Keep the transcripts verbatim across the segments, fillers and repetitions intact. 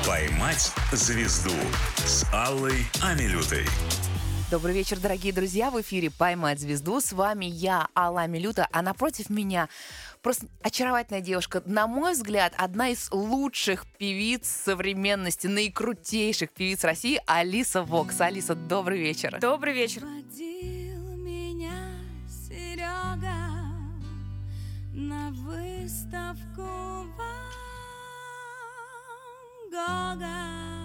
«Поймать звезду» с Аллой Амилютой. Добрый вечер, дорогие друзья. В эфире «Поймать звезду». С вами я, Алла Амилюта, а напротив меня просто очаровательная девушка. На мой взгляд, одна из лучших певиц современности, наикрутейших певиц России, Алиса Вокс. Алиса, добрый вечер. Добрый вечер. Водил меня Серега на выставку Ван Гога.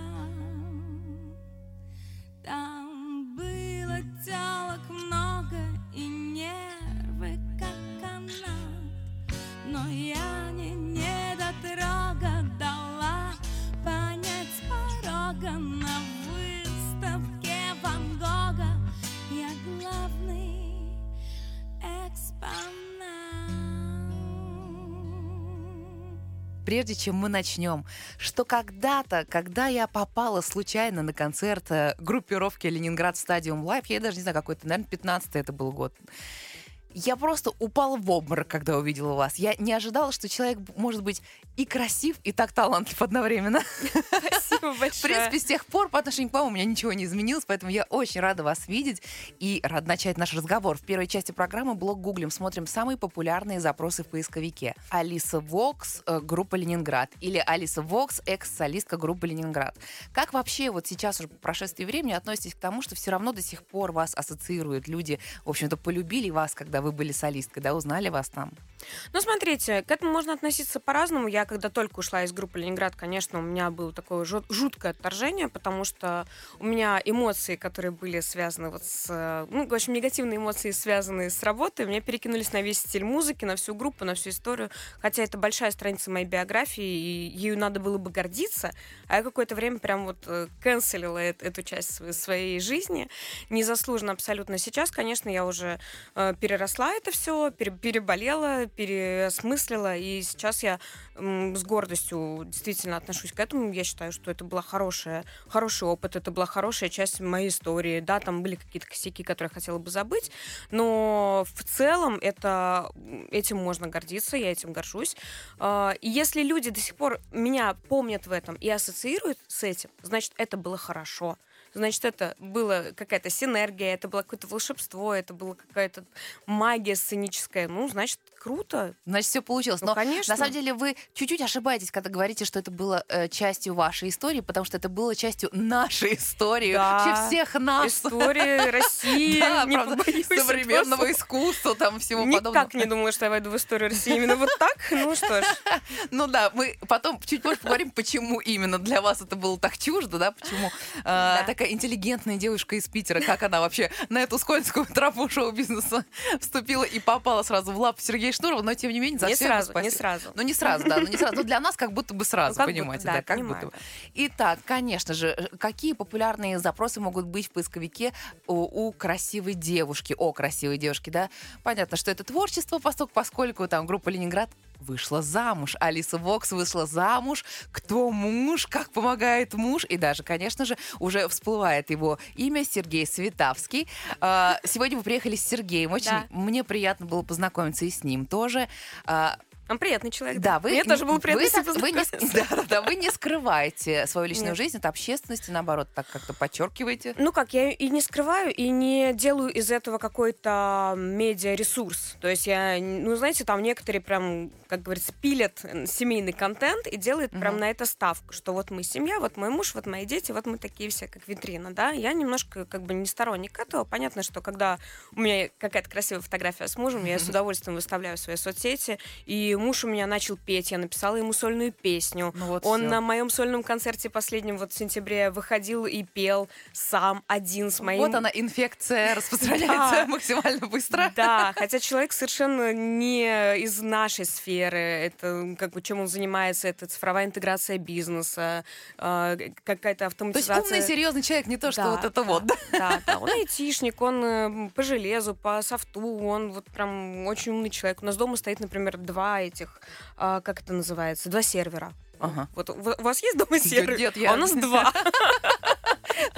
Там было тёлок много и нервы как канат, но я не недотрога дала понять с порога. На выставке Ван Гога я главный экспонат. Прежде чем мы начнем, что когда-то, когда я попала случайно на концерт э, группировки «Ленинград Стадиум Лайв», я даже не знаю, какой это, наверное, пятнадцатый это был год, я просто упала в обморок, когда увидела вас. Я не ожидала, что человек может быть и красив, и так талантлив одновременно. Спасибо большое. В принципе, с тех пор по отношению к вам у меня ничего не изменилось, поэтому я очень рада вас видеть и рада начать наш разговор. В первой части программы блог гуглим, смотрим самые популярные запросы в поисковике. Алиса Вокс, э, группа «Ленинград» или Алиса Вокс, экс-солистка группы «Ленинград». Как вообще вот сейчас уже по прошествии времени относитесь к тому, что все равно до сих пор вас ассоциируют люди, в общем-то, полюбили вас, когда вы были солисткой, да, узнали вас там? Ну, смотрите, к этому можно относиться по-разному. Я, когда только ушла из группы «Ленинград», конечно, у меня было такое жуткое отторжение, потому что у меня эмоции, которые были связаны вот с... Ну, в общем, негативные эмоции, связанные с работой, у меня перекинулись на весь стиль музыки, на всю группу, на всю историю. Хотя это большая страница моей биографии, и ею надо было бы гордиться, а я какое-то время прям вот канцелила эту часть своей жизни. Незаслуженно абсолютно. Сейчас, конечно, я уже переросла это все, переболела, переосмыслила, и сейчас я м, с гордостью действительно отношусь к этому. Я считаю, что это был хороший опыт, это была хорошая часть моей истории. Да, там были какие-то косяки, которые я хотела бы забыть, но в целом это, этим можно гордиться, я этим горжусь. И если люди до сих пор меня помнят в этом и ассоциируют с этим, значит, это было хорошо. Значит, это была какая-то синергия, это было какое-то волшебство, это была какая-то магия сценическая. Ну, значит, круто. Значит, все получилось. Ну, Но конечно. На самом деле вы чуть-чуть ошибаетесь, когда говорите, что это было э, частью вашей истории, потому что это было частью нашей истории. Да. Вообще всех нас. Истории России. Да, не правда, побоюсь современного этого искусства, там всего Никак подобного. не думала, что я войду в историю России именно вот так. Ну что ж. Ну да, мы потом чуть позже поговорим, почему именно для вас это было так чуждо, да, почему э, такая интеллигентная девушка из Питера, как она вообще на эту скользкую тропу шоу-бизнеса вступила и попала сразу в лапы Сергея Шнурова, но тем не менее за Не все сразу, это не спасибо. сразу. Ну не сразу, да, ну не сразу. Но для нас как будто бы сразу, Ну, как понимаете, будто, да, да, как понимаю, будто бы. Итак, конечно же, какие популярные запросы могут быть в поисковике у, у красивой девушки, о красивой девушке, да? Понятно, что это творчество, поскольку, поскольку там группа «Ленинград» вышла замуж. Алиса Вокс вышла замуж. Кто муж? Как помогает муж? И даже, конечно же, уже всплывает его имя Сергей Светавский. А, сегодня вы приехали с Сергеем. Очень Да. мне приятно было познакомиться и с ним тоже. А, Он приятный человек. да, вы, Мне тоже было приятно вы, с ним так- вы не, познакомиться. да, да, да, вы не скрываете свою личную Нет. жизнь от общественности, наоборот, так как-то подчеркиваете. Ну как, я и не скрываю, и не делаю из этого какой-то медиаресурс. То есть я, ну знаете, там некоторые прям, как говорится, пилят семейный контент и делают Мгм. прям на это ставку, что вот мы семья, вот мой муж, вот мои дети, вот мы такие все, как витрина, да. Я немножко как бы не сторонник этого. Понятно, что когда у меня какая-то красивая фотография с мужем, я с удовольствием выставляю в свои соцсети, и муж у меня начал петь, я написала ему сольную песню. Ну вот Он всё. на моем сольном концерте последнем вот в сентябре выходил и пел сам один с моим... Вот она, инфекция распространяется Да. максимально быстро. Да, хотя человек совершенно не из нашей сферы. Это как бы чем он занимается, это цифровая интеграция бизнеса, э, какая-то То есть автоматизация. умный, серьезный человек, не то, что Да, вот это да, вот. да. Да, да, он айтишник, он э, по железу, по софту, он вот прям очень умный человек. У нас дома стоит, например, два этих, э, как это называется, два сервера. Ага. Вот у у вас есть дома сервер? Нет, я- А у нас два. Ну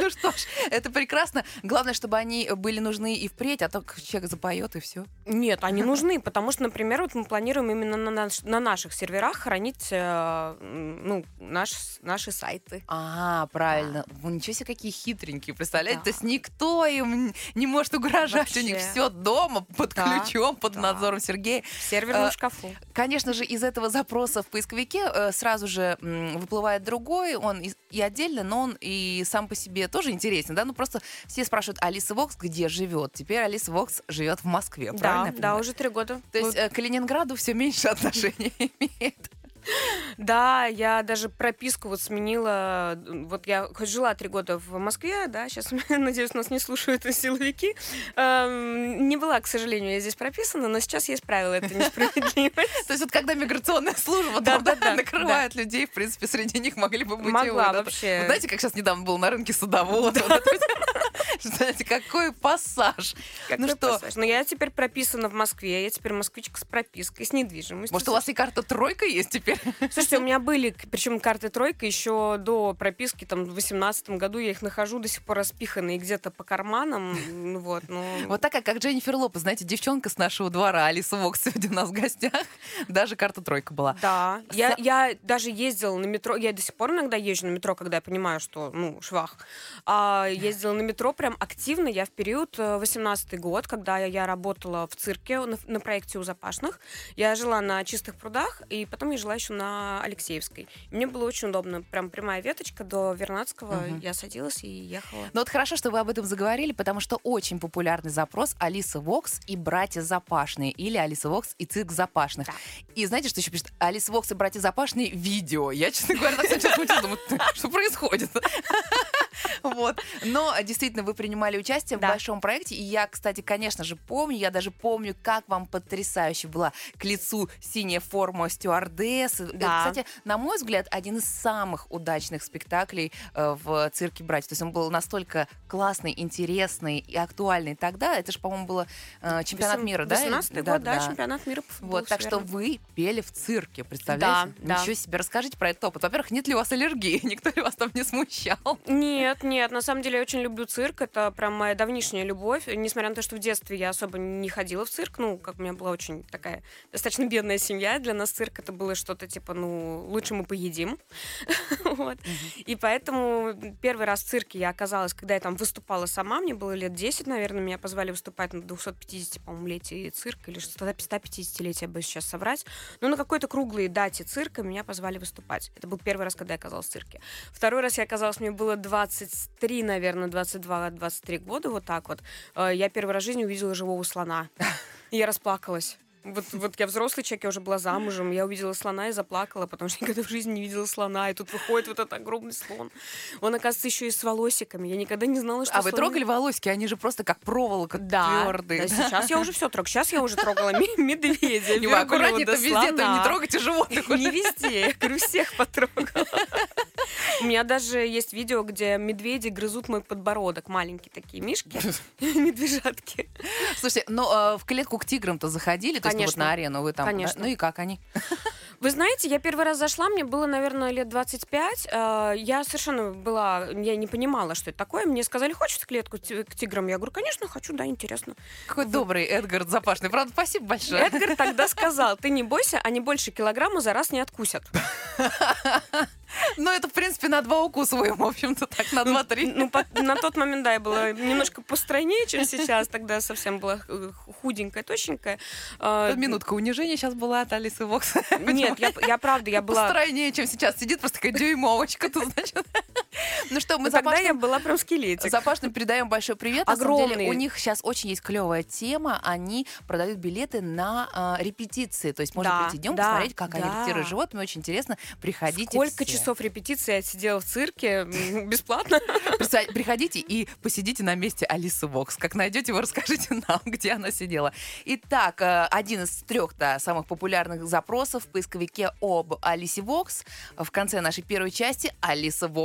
Ну что ж, это прекрасно. Главное, чтобы они были нужны и впредь, а то человек запоет и все. Нет, они нужны, потому что, например, вот мы планируем именно на, наш, на наших серверах хранить э, ну, наш, наши сайты. Ага, правильно. Да. Ничего себе, какие хитренькие, представляете? Да. То есть никто им не может угрожать. Вообще. У них все дома, под да. ключом, под да. надзором Сергея. В серверном а, шкафу. Конечно же, из этого запроса в поисковике сразу же выплывает другой, он и отдельно, но он и сам по себе тоже интересен, да? Ну просто все спрашивают, Алиса Вокс где живет? Теперь Алиса Вокс живет в Москве, да, правильно? Да, уже три года. То есть вот. К Ленинграду все меньше отношения имеет. Да, я даже прописку вот сменила. Вот я хоть жила три года в Москве, да, сейчас, надеюсь, нас не слушают силовики. Эм, не была, к сожалению, я здесь прописана, но сейчас есть правило, это несправедливость. То есть вот когда миграционная служба накрывает людей, в принципе, среди них могли бы быть... Могла вообще. Знаете, как сейчас недавно был на рынке садовод? Знаете, какой пассаж. Ну что? Но я теперь прописана в Москве, я теперь москвичка с пропиской, с недвижимостью. Может, у вас и карта тройка есть теперь? Слушайте, у меня были, причем карты тройка еще до прописки, там, в восемнадцатом году я их нахожу до сих пор распиханные где-то по карманам. Вот, ну... вот такая, как Дженнифер Лопес, знаете, девчонка с нашего двора, Алиса Вокс сегодня у нас в гостях, даже карта тройка была. Да, С... я, я даже ездила на метро, я до сих пор иногда езжу на метро, когда я понимаю, что, ну, швах. А, ездила на метро прям активно, я в период восемнадцатый год, когда я работала в цирке на, на проекте у Запашных, я жила на Чистых прудах, и потом я жила еще на Алексеевской. Мне было очень удобно. Прям прямая веточка до Вернадского. Угу. Я садилась и ехала. Ну вот хорошо, что вы об этом заговорили, потому что очень популярный запрос Алиса Вокс и братья Запашные. Или Алиса Вокс и цирк Запашных. Да. И знаете, что еще пишет? Алиса Вокс и братья Запашные видео. Я, честно говоря, так сейчас думаю, что происходит? Вот. Но действительно, вы принимали участие да. в большом проекте. И я, кстати, конечно же, помню, я даже помню, как вам потрясающе была к лицу синяя форма стюардессы. Да. Кстати, на мой взгляд, один из самых удачных спектаклей э, в цирке «Братья». То есть он был настолько классный, интересный и актуальный тогда. Это же, по-моему, было э, чемпионат мира, да? восемнадцатый год, да, да, чемпионат мира по футболу. Вот, так что вы пели в цирке, представляете? Да, Ничего да. себе. Расскажите про этот опыт. Во-первых, нет ли у вас аллергии? Никто ли вас там не смущал? Нет, нет. На самом деле, я очень люблю цирк. Это прям моя давнишняя любовь. Несмотря на то, что в детстве я особо не ходила в цирк, ну, как у меня была очень такая достаточно бедная семья, для нас цирк это было что-то типа, ну, лучше мы поедим. Вот. Mm-hmm. И поэтому первый раз в цирке я оказалась, когда я там выступала сама, мне было лет десять, наверное, меня позвали выступать на двухсот пятидесятилетии, по-моему, летие цирка, или сто пятидесятилетие, я бы сейчас соврать. Но на какой-то круглой дате цирка меня позвали выступать. Это был первый раз, когда я оказалась в цирке. Второй раз я оказалась, мне было двадцать три, наверное, двадцать два двадцать три года, вот так вот. Я первый раз в жизни увидела живого слона. И я расплакалась. Вот, вот я взрослый человек, я уже была замужем, я увидела слона и заплакала, потому что никогда в жизни не видела слона, и тут выходит вот этот огромный слон. Он, оказывается, еще и с волосиками. Я никогда не знала, что А слон... вы трогали волосики? Они же просто как проволока да, твердые. Да, сейчас я уже все трогаю. Сейчас я уже трогала медведя, и вы аккуратнее-то везде-то не трогайте животных. Не везде, я говорю, всех потрогала. У меня даже есть видео, где медведи грызут мой подбородок. Маленькие такие мишки, медвежатки. Слушайте, но в клетку к тиграм-то заходили? То есть вот на арену вы там... Конечно. Ну и как они? Вы знаете, я первый раз зашла, мне было, наверное, лет двадцать пять. Я совершенно была... Я не понимала, что это такое. Мне сказали, хочешь в клетку к тиграм? Я говорю, конечно, хочу, да, интересно. Какой вот. Добрый Эдгар Запашный. Правда, спасибо большое. Эдгар тогда сказал, ты не бойся, они больше килограмма за раз не откусят. Ну, это, в принципе, на два укуса, в общем-то, так, на два-три. Ну, по, на тот момент, да, я была немножко постройнее, чем сейчас. Тогда совсем была худенькая, точненькая. Минутка унижения сейчас была от Алисы Вокс. Нет, я, я правда, я была... Постройнее, чем сейчас. Сидит просто такая дюймовочка тут, значит. Ну что, мы Запашным... Тогда я была прям скелетик. Запашным передаем большой привет. Огромный. На самом деле, у них сейчас очень есть клевая тема. Они продают билеты на э, репетиции. То есть можно да, прийти днем, да, посмотреть, как да. они репетируют животными. Очень интересно. Приходите Сколько все. часов репетиции я сидела в цирке бесплатно. Приходите и посидите на месте Алисы Вокс. Как найдете, вы расскажите нам, где она сидела. Итак, один из трех да, самых популярных запросов в поисковике об Алисе Вокс. В конце нашей первой части Алиса Вокс на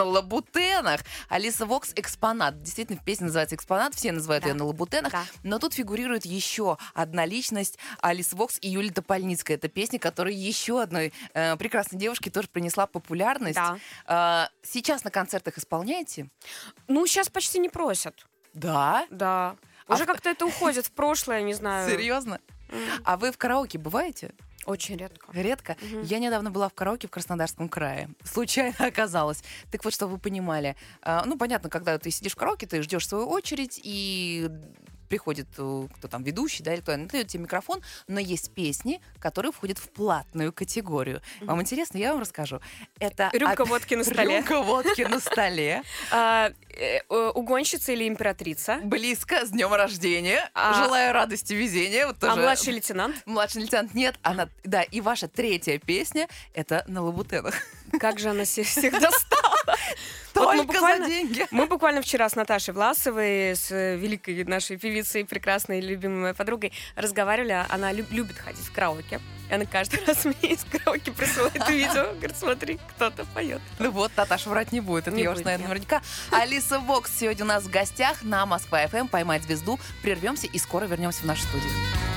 лабутенах. Алиса Вокс «Экспонат». Действительно, песня называется «Экспонат», все называют Да. ее на лабутенах. Да. Но тут фигурирует еще одна личность, Алиса Вокс и Юлия Топольницкая. Это песня, которая еще одной э, прекрасной девушке тоже принесла популярность. Да. Э, сейчас на концертах исполняете? Ну, сейчас почти не просят. Да. Да. А Уже в- как-то это уходит в прошлое, не знаю. Серьезно? М, А вы в караоке бываете? Очень редко. Редко. Мгм. Я недавно была в караоке в Краснодарском крае. Случайно оказалось. Так вот, чтобы вы понимали. а, Ну, понятно, когда ты сидишь в караоке, ты ждешь свою очередь, и приходит э, кто там, ведущий, да, или кто, он дает тебе микрофон, но есть песни, которые входят в платную категорию. Вам интересно? Я вам расскажу. Это Рюмка от- водки на столе. Рюмка водки на столе. А, э, э, Угонщица или императрица? Близко, с днем рождения. А- Желаю радости, везения. Вот А тоже- младший лейтенант? Младший лейтенант нет, она, да, и ваша третья песня — это на лабутенах. Как же она се- всех достала? Вот мы Только буквально- за деньги. Мы буквально вчера с Наташей Власовой, с э, великой нашей певицей, прекрасной, любимой моей подругой, разговаривали. Она люб- любит ходить в караоке. И она каждый раз мне из караоке присылает видео. Говорит, смотри, кто-то поет. Ну вот, Наташа врать не будет, это Не я уж, будет, наверное, нет. наверняка. Алиса Вокс сегодня у нас в гостях на Москва-эф эм. «Поймать звезду». Прервемся и скоро вернемся в нашу студию.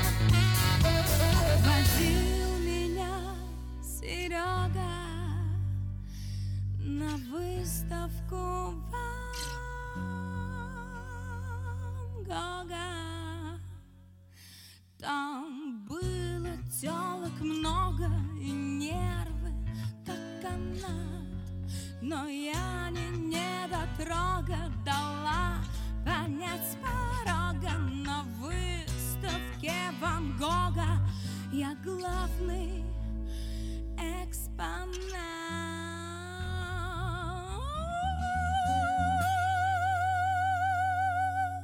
Водил меня Серега на выставку Ван Гога. Там было тёлок много и нервы, как канат. Но я не недотрога дала понять с порога. На выставке Ван Гога я главный экспонат.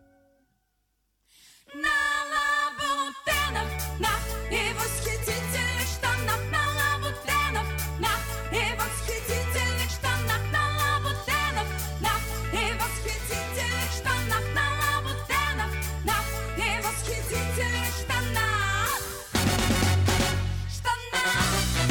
На лабутенах, на и восхитительных штанах, на лабутенах, на и восхитительных штанах, на лабутенах, на и восхитительных штанах, на лабутенах, на и восхитительных штанах. Штанах.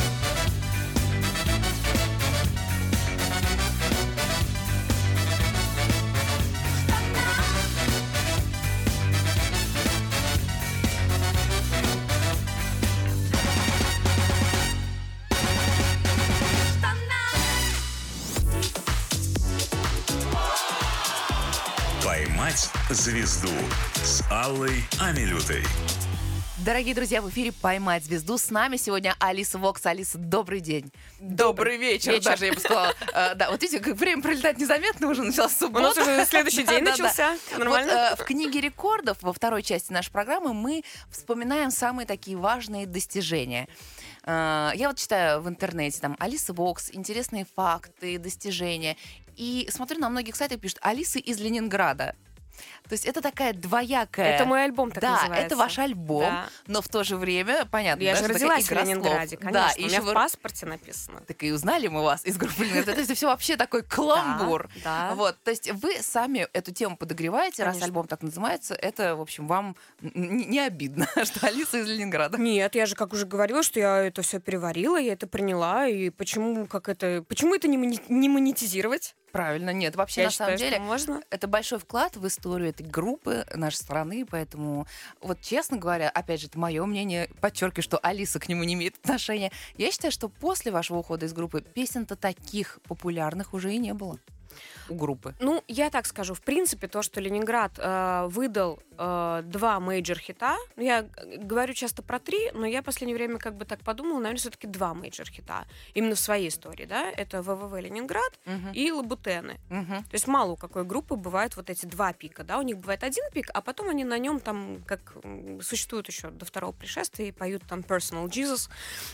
«Поймать звезду» с Аллой Амилютой. Дорогие друзья, в эфире «Поймать звезду». С нами сегодня Алиса Вокс. Алиса, добрый день. Добрый вечер, вечер. даже, я бы сказала. А, Да, вот видите, как время пролетает незаметно, уже началась У суббота. нас уже следующий день Да-да-да. начался. Нормально? Вот, э, в книге рекордов, во второй части нашей программы, мы вспоминаем самые такие важные достижения. Э, Я вот читаю в интернете, там, Алиса Вокс, интересные факты, достижения. И смотрю, на многих сайтах пишут «Алиса из Ленинграда». То есть это такая двоякая... Это мой альбом так да, называется. это ваш альбом, Да. но в то же время, понятно, Я да, же что такая родилась в игра слов. Ленинграде, Да, конечно. и У меня еще в вы- паспорте написано. Так и узнали мы вас из группы Ленинград. То есть это все вообще такой каламбур. Да, да. Вот, то есть вы сами эту тему подогреваете, раз Конечно. альбом так называется, это, в общем, вам н- не обидно, что Алиса из Ленинграда. Нет, я же, как уже говорила, что я это все переварила, я это приняла, и почему, как это, почему это не, мони- не монетизировать? Правильно, нет, вообще Я на считаю, самом деле что можно. это большой вклад в историю этой группы, нашей страны, поэтому, вот честно говоря, опять же, это мое мнение, подчеркиваю, что Алиса к нему не имеет отношения. Я считаю, что после вашего ухода из группы песен-то таких популярных уже и не было у группы. Ну, я так скажу, в принципе, то, что Ленинград э, выдал э, два мейджор-хита, ну, я г- говорю часто про три, но я в последнее время как бы так подумала, наверное, все-таки два мейджор-хита, именно в своей истории, да, это ВВВ Ленинград Мгм. и Лабутены. Мгм. То есть мало у какой группы бывают вот эти два пика, да, у них бывает один пик, а потом они на нем там, как м, существуют еще до второго пришествия, и поют там Personal Jesus.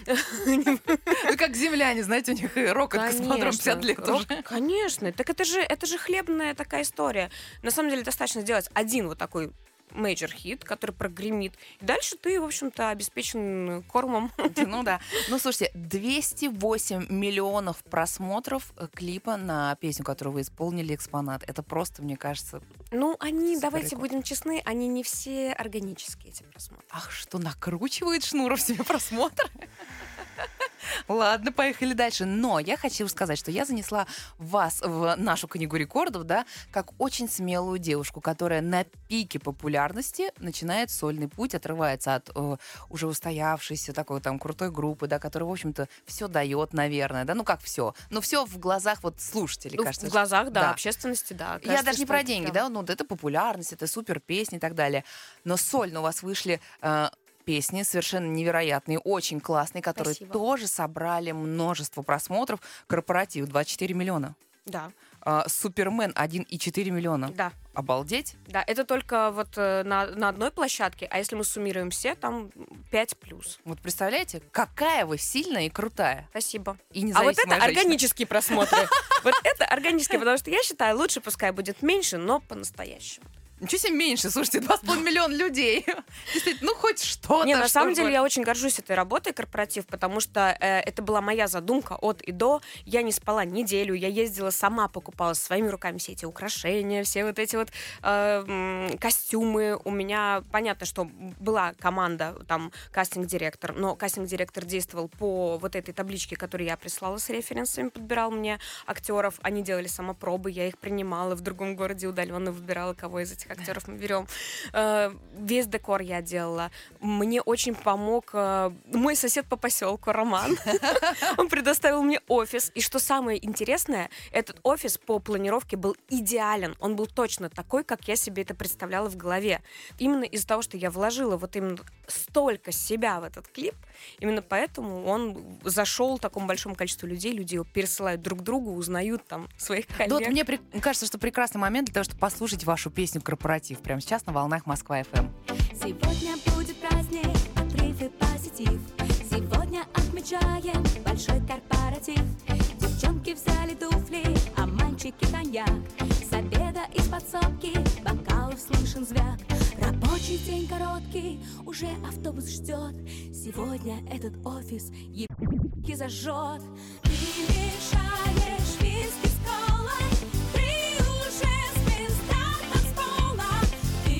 Ну, как земляне, знаете, у них и рок от космодром пятьдесят лет Рок- уже. Конечно. Так это же, это же хлебная такая история. На самом деле достаточно сделать один вот такой мейджор-хит, который прогремит. И дальше ты, в общем-то, обеспечен кормом. Ну да. Ну, слушайте, двести восемь миллионов просмотров э, клипа на песню, которую вы исполнили, «Экспонат». Это просто, мне кажется... Ну, они, Супер давайте рекорд. будем честны, они не все органические, эти просмотры. Ах, что накручивает Шнуров себе просмотры? Ладно, поехали дальше. Но я хочу сказать, что я занесла вас в нашу книгу рекордов, да, как очень смелую девушку, которая на пике популярности начинает сольный путь, отрывается от э, уже устоявшейся такой там крутой группы, да, которая, в общем-то, все дает, наверное, да, ну как все, ну все в глазах вот слушателей, Ну, кажется. в глазах, да, да. общественности, да. Я Кажется, даже не что про это деньги, прям- да, ну вот это популярность, это супер песни и так далее. Но сольно у вас вышли э, песни совершенно невероятные, очень классные, которые Спасибо. тоже собрали множество просмотров. Корпоратив двадцать четыре миллиона. Да, А, Супермен один и четыре миллиона. да. Обалдеть. Да, это только вот э, на, на одной площадке, а если мы суммируем все, там пять плюс. Вот представляете, какая вы сильная и крутая. Спасибо. И А вот независимая это женщина. органические просмотры. Вот это органические, потому что я считаю, лучше пускай будет меньше, но по-настоящему. Ничего себе меньше, слушайте, два с половиной миллиона людей. Действительно, ну хоть что-то. Не, на что самом деле хоть. я очень горжусь этой работой корпоратив, потому что э, это была моя задумка от и до. Я не спала неделю, я ездила сама, покупала своими руками все эти украшения, все вот эти вот э, м, костюмы. У меня понятно, что была команда, там кастинг-директор, но кастинг-директор действовал по вот этой табличке, которую я прислала с референсами, подбирал мне актеров. Они делали самопробы, я их принимала в другом городе, удаленно выбирала, кого из этих актеров мы берем. Э, Весь декор я делала. Мне очень помог э, мой сосед по поселку Роман. Он предоставил мне офис. И что самое интересное, этот офис по планировке был идеален. Он был точно такой, как я себе это представляла в голове. Именно из-за того, что я вложила вот именно столько себя в этот клип, именно поэтому он зашел такому большому количеству людей. Люди его пересылают друг другу, узнают там своих коллег. Да вот мне при- кажется, что прекрасный момент для того, чтобы послушать вашу песню «Корпоратив» прямо сейчас на волнах Москва-эф эм. Сегодня будет праздник, отрыв и позитив. Сегодня отмечаем большой корпоратив. Девчонки взяли туфли, а мальчики коньяк. С обеда из подсобки бокалов слышен звяк. Рабочий день короткий, уже автобус ждет. Сегодня этот офис ебки зажжет. Ты мешаешь виски с колой, ты уже звезда танцпола. Ты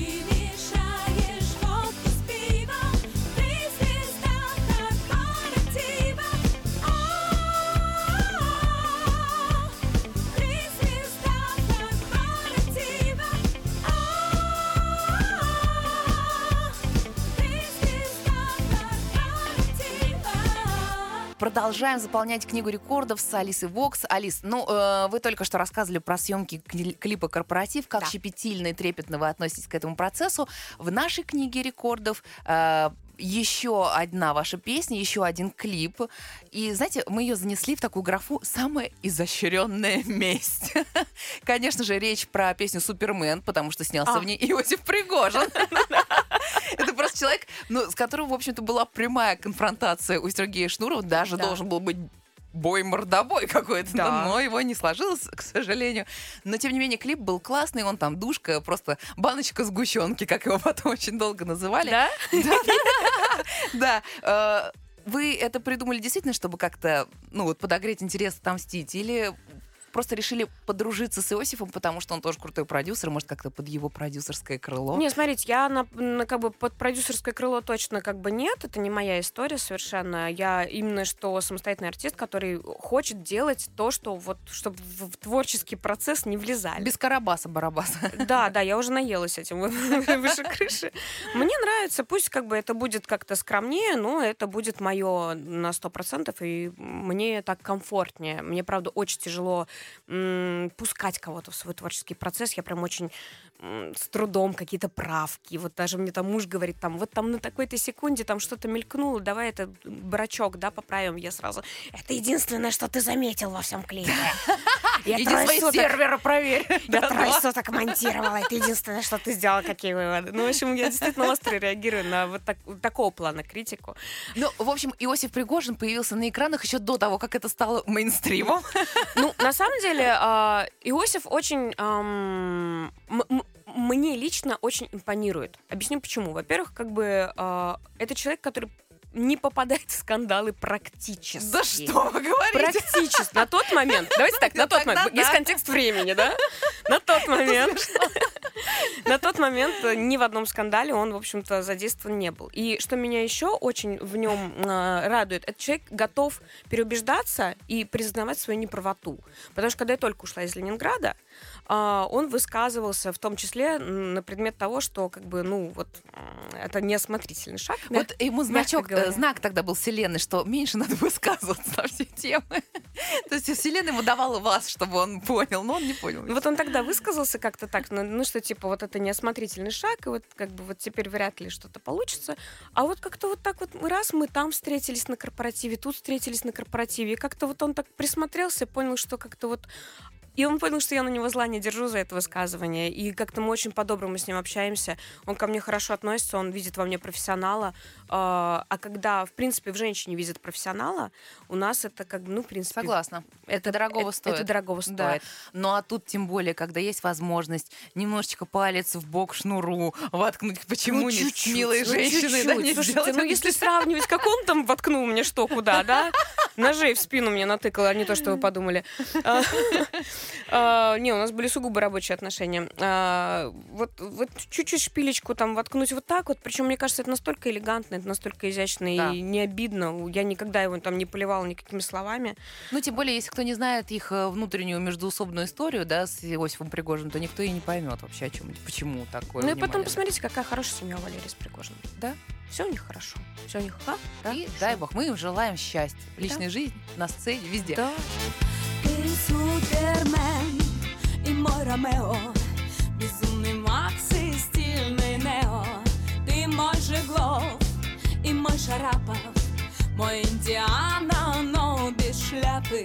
мешаешь водку с пивом, ты звезда корпоратива. А-а-а, ты звезда корпоратива. А-а-а, ты звезда корпоратива. Продолжаем заполнять книгу рекордов с Алисой Вокс. Алис, ну, э, вы только что рассказывали про съемки кли- клипа «Корпоратив», как Да. щепетильно и трепетно вы относитесь к этому процессу. В нашей книге рекордов э, еще одна ваша песня, еще один клип. И, знаете, мы ее занесли в такую графу «Самая изощренная месть». Конечно же, речь про песню «Супермен», потому что снялся А. в ней Иосиф Пригожин. Это просто человек, ну, с которым, в общем-то, была прямая конфронтация у Сергея Шнурова. Даже Да. должен был быть бой-мордобой какой-то, Да. да, но его не сложилось, к сожалению. Но, тем не менее, клип был классный, он там душка, просто баночка сгущенки, как его потом очень долго называли. Да? Да. э, Вы это придумали действительно, чтобы как-то, ну, вот подогреть интерес отомстить? Или просто решили подружиться с Иосифом, потому что он тоже крутой продюсер, может, как-то под его продюсерское крыло? Не, смотрите, я на, на как бы под продюсерское крыло точно как бы нет, это не моя история совершенно. Я именно что самостоятельный артист, который хочет делать то, что вот, чтобы в, в творческий процесс не влезали. Без Карабаса-Барабаса. Да, да, я уже наелась этим вот выше крыши. Мне нравится, пусть как бы это будет как-то скромнее, но это будет мое на сто процентов, и мне так комфортнее. Мне, правда, очень тяжело м, пускать кого-то в свой творческий процесс. Я прям очень м, с трудом какие-то правки. Вот даже мне там муж говорит, там, вот там на такой-то секунде там что-то мелькнуло, давай это брачок, да, поправим. Я сразу, это единственное, что ты заметил во всем клипе. Я Иди трое свои суток- сервера проверь. я Да, трое да. суток монтировала, это единственное, что ты сделала, какие выводы. Ну, в общем, я действительно остро реагирую на вот так- такого плана критику. Ну, в общем, Иосиф Пригожин появился на экранах еще до того, как это стало мейнстримом. Ну, на самом деле, а, Иосиф очень... ам, м- м- мне лично очень импонирует. Объясню почему. Во-первых, как бы а, это человек, который не попадает в скандалы практически. Да что вы говорите? Практически. На тот момент. Давайте так, на тот Тогда момент. Есть да. контекст времени, да? На тот момент. На тот момент ни в одном скандале он, в общем-то, задействован не был. И что меня еще очень в нем э, радует, это человек готов переубеждаться и признавать свою неправоту. Потому что когда я только ушла из Ленинграда, э, он высказывался в том числе на предмет того, что как бы, ну, вот э, это неосмотрительный шаг. Вот ему значок, говоря. э, знак тогда был Вселенной, что меньше надо высказываться на все темы. То есть Вселенная ему давала вас, чтобы он понял, но он не понял. Вот он тогда высказался как-то так, ну, ну, что типа вот это неосмотрительный шаг, и вот как бы вот теперь вряд ли что-то получится. А вот как-то вот так вот раз мы там встретились на корпоративе, тут встретились на корпоративе, и как-то вот он так присмотрелся, понял, что как-то вот... И он понял, что я на него зла не держу за это высказывание. И как-то мы очень по-доброму с ним общаемся. Он ко мне хорошо относится, он видит во мне профессионала. А когда, в принципе, в женщине видят профессионала, у нас это как бы, ну, в принципе... Согласна. Это, это дорогого это, стоит. Это дорогого стоит. Да. Ну, а тут тем более, когда есть возможность немножечко палец в бок шнуру воткнуть, почему Ну, не с чуть-чуть, милой ну, женщиной, чуть-чуть. да, не Слушайте, сделать ну это? если сравнивать, как он там воткнул мне что куда, да? Ножей в спину мне натыкал, а не то, что вы подумали. А, а, Не, у нас были сугубо рабочие отношения. А, Вот вот чуть-чуть шпилечку там воткнуть вот так вот, причем, мне кажется, это настолько элегантно, это настолько изящно Да. и не обидно. Я никогда его там не поливала никакими словами. Ну, тем более, если кто не знает их э, внутреннюю междуусобную историю, да, с Иосифом Пригожиным, то никто и не поймет вообще, о чем, почему такое Ну и потом внимание. посмотрите, какая хорошая семья у Валерии с Пригожиным. Да. Все у них хорошо. Все у них ха, да, И хорошо. дай бог, мы им желаем счастья. В личной жизни, на сцене, везде. Да. Ты Супермен и мой Ромео, безумный Макс и стильный Нео. Ты мой Жиглов и мой Шарапов, мой Индиана, но без шляпы.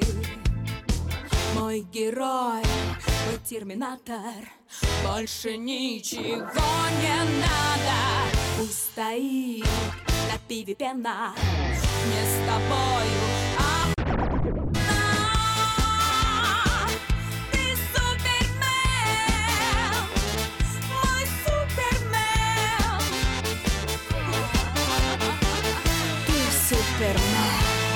Мой герой, мой терминатор, больше ничего не надо. Пусть стоит на пиве пена, не с тобою, а ты Супермен, мой Супермен. Ты Супермен.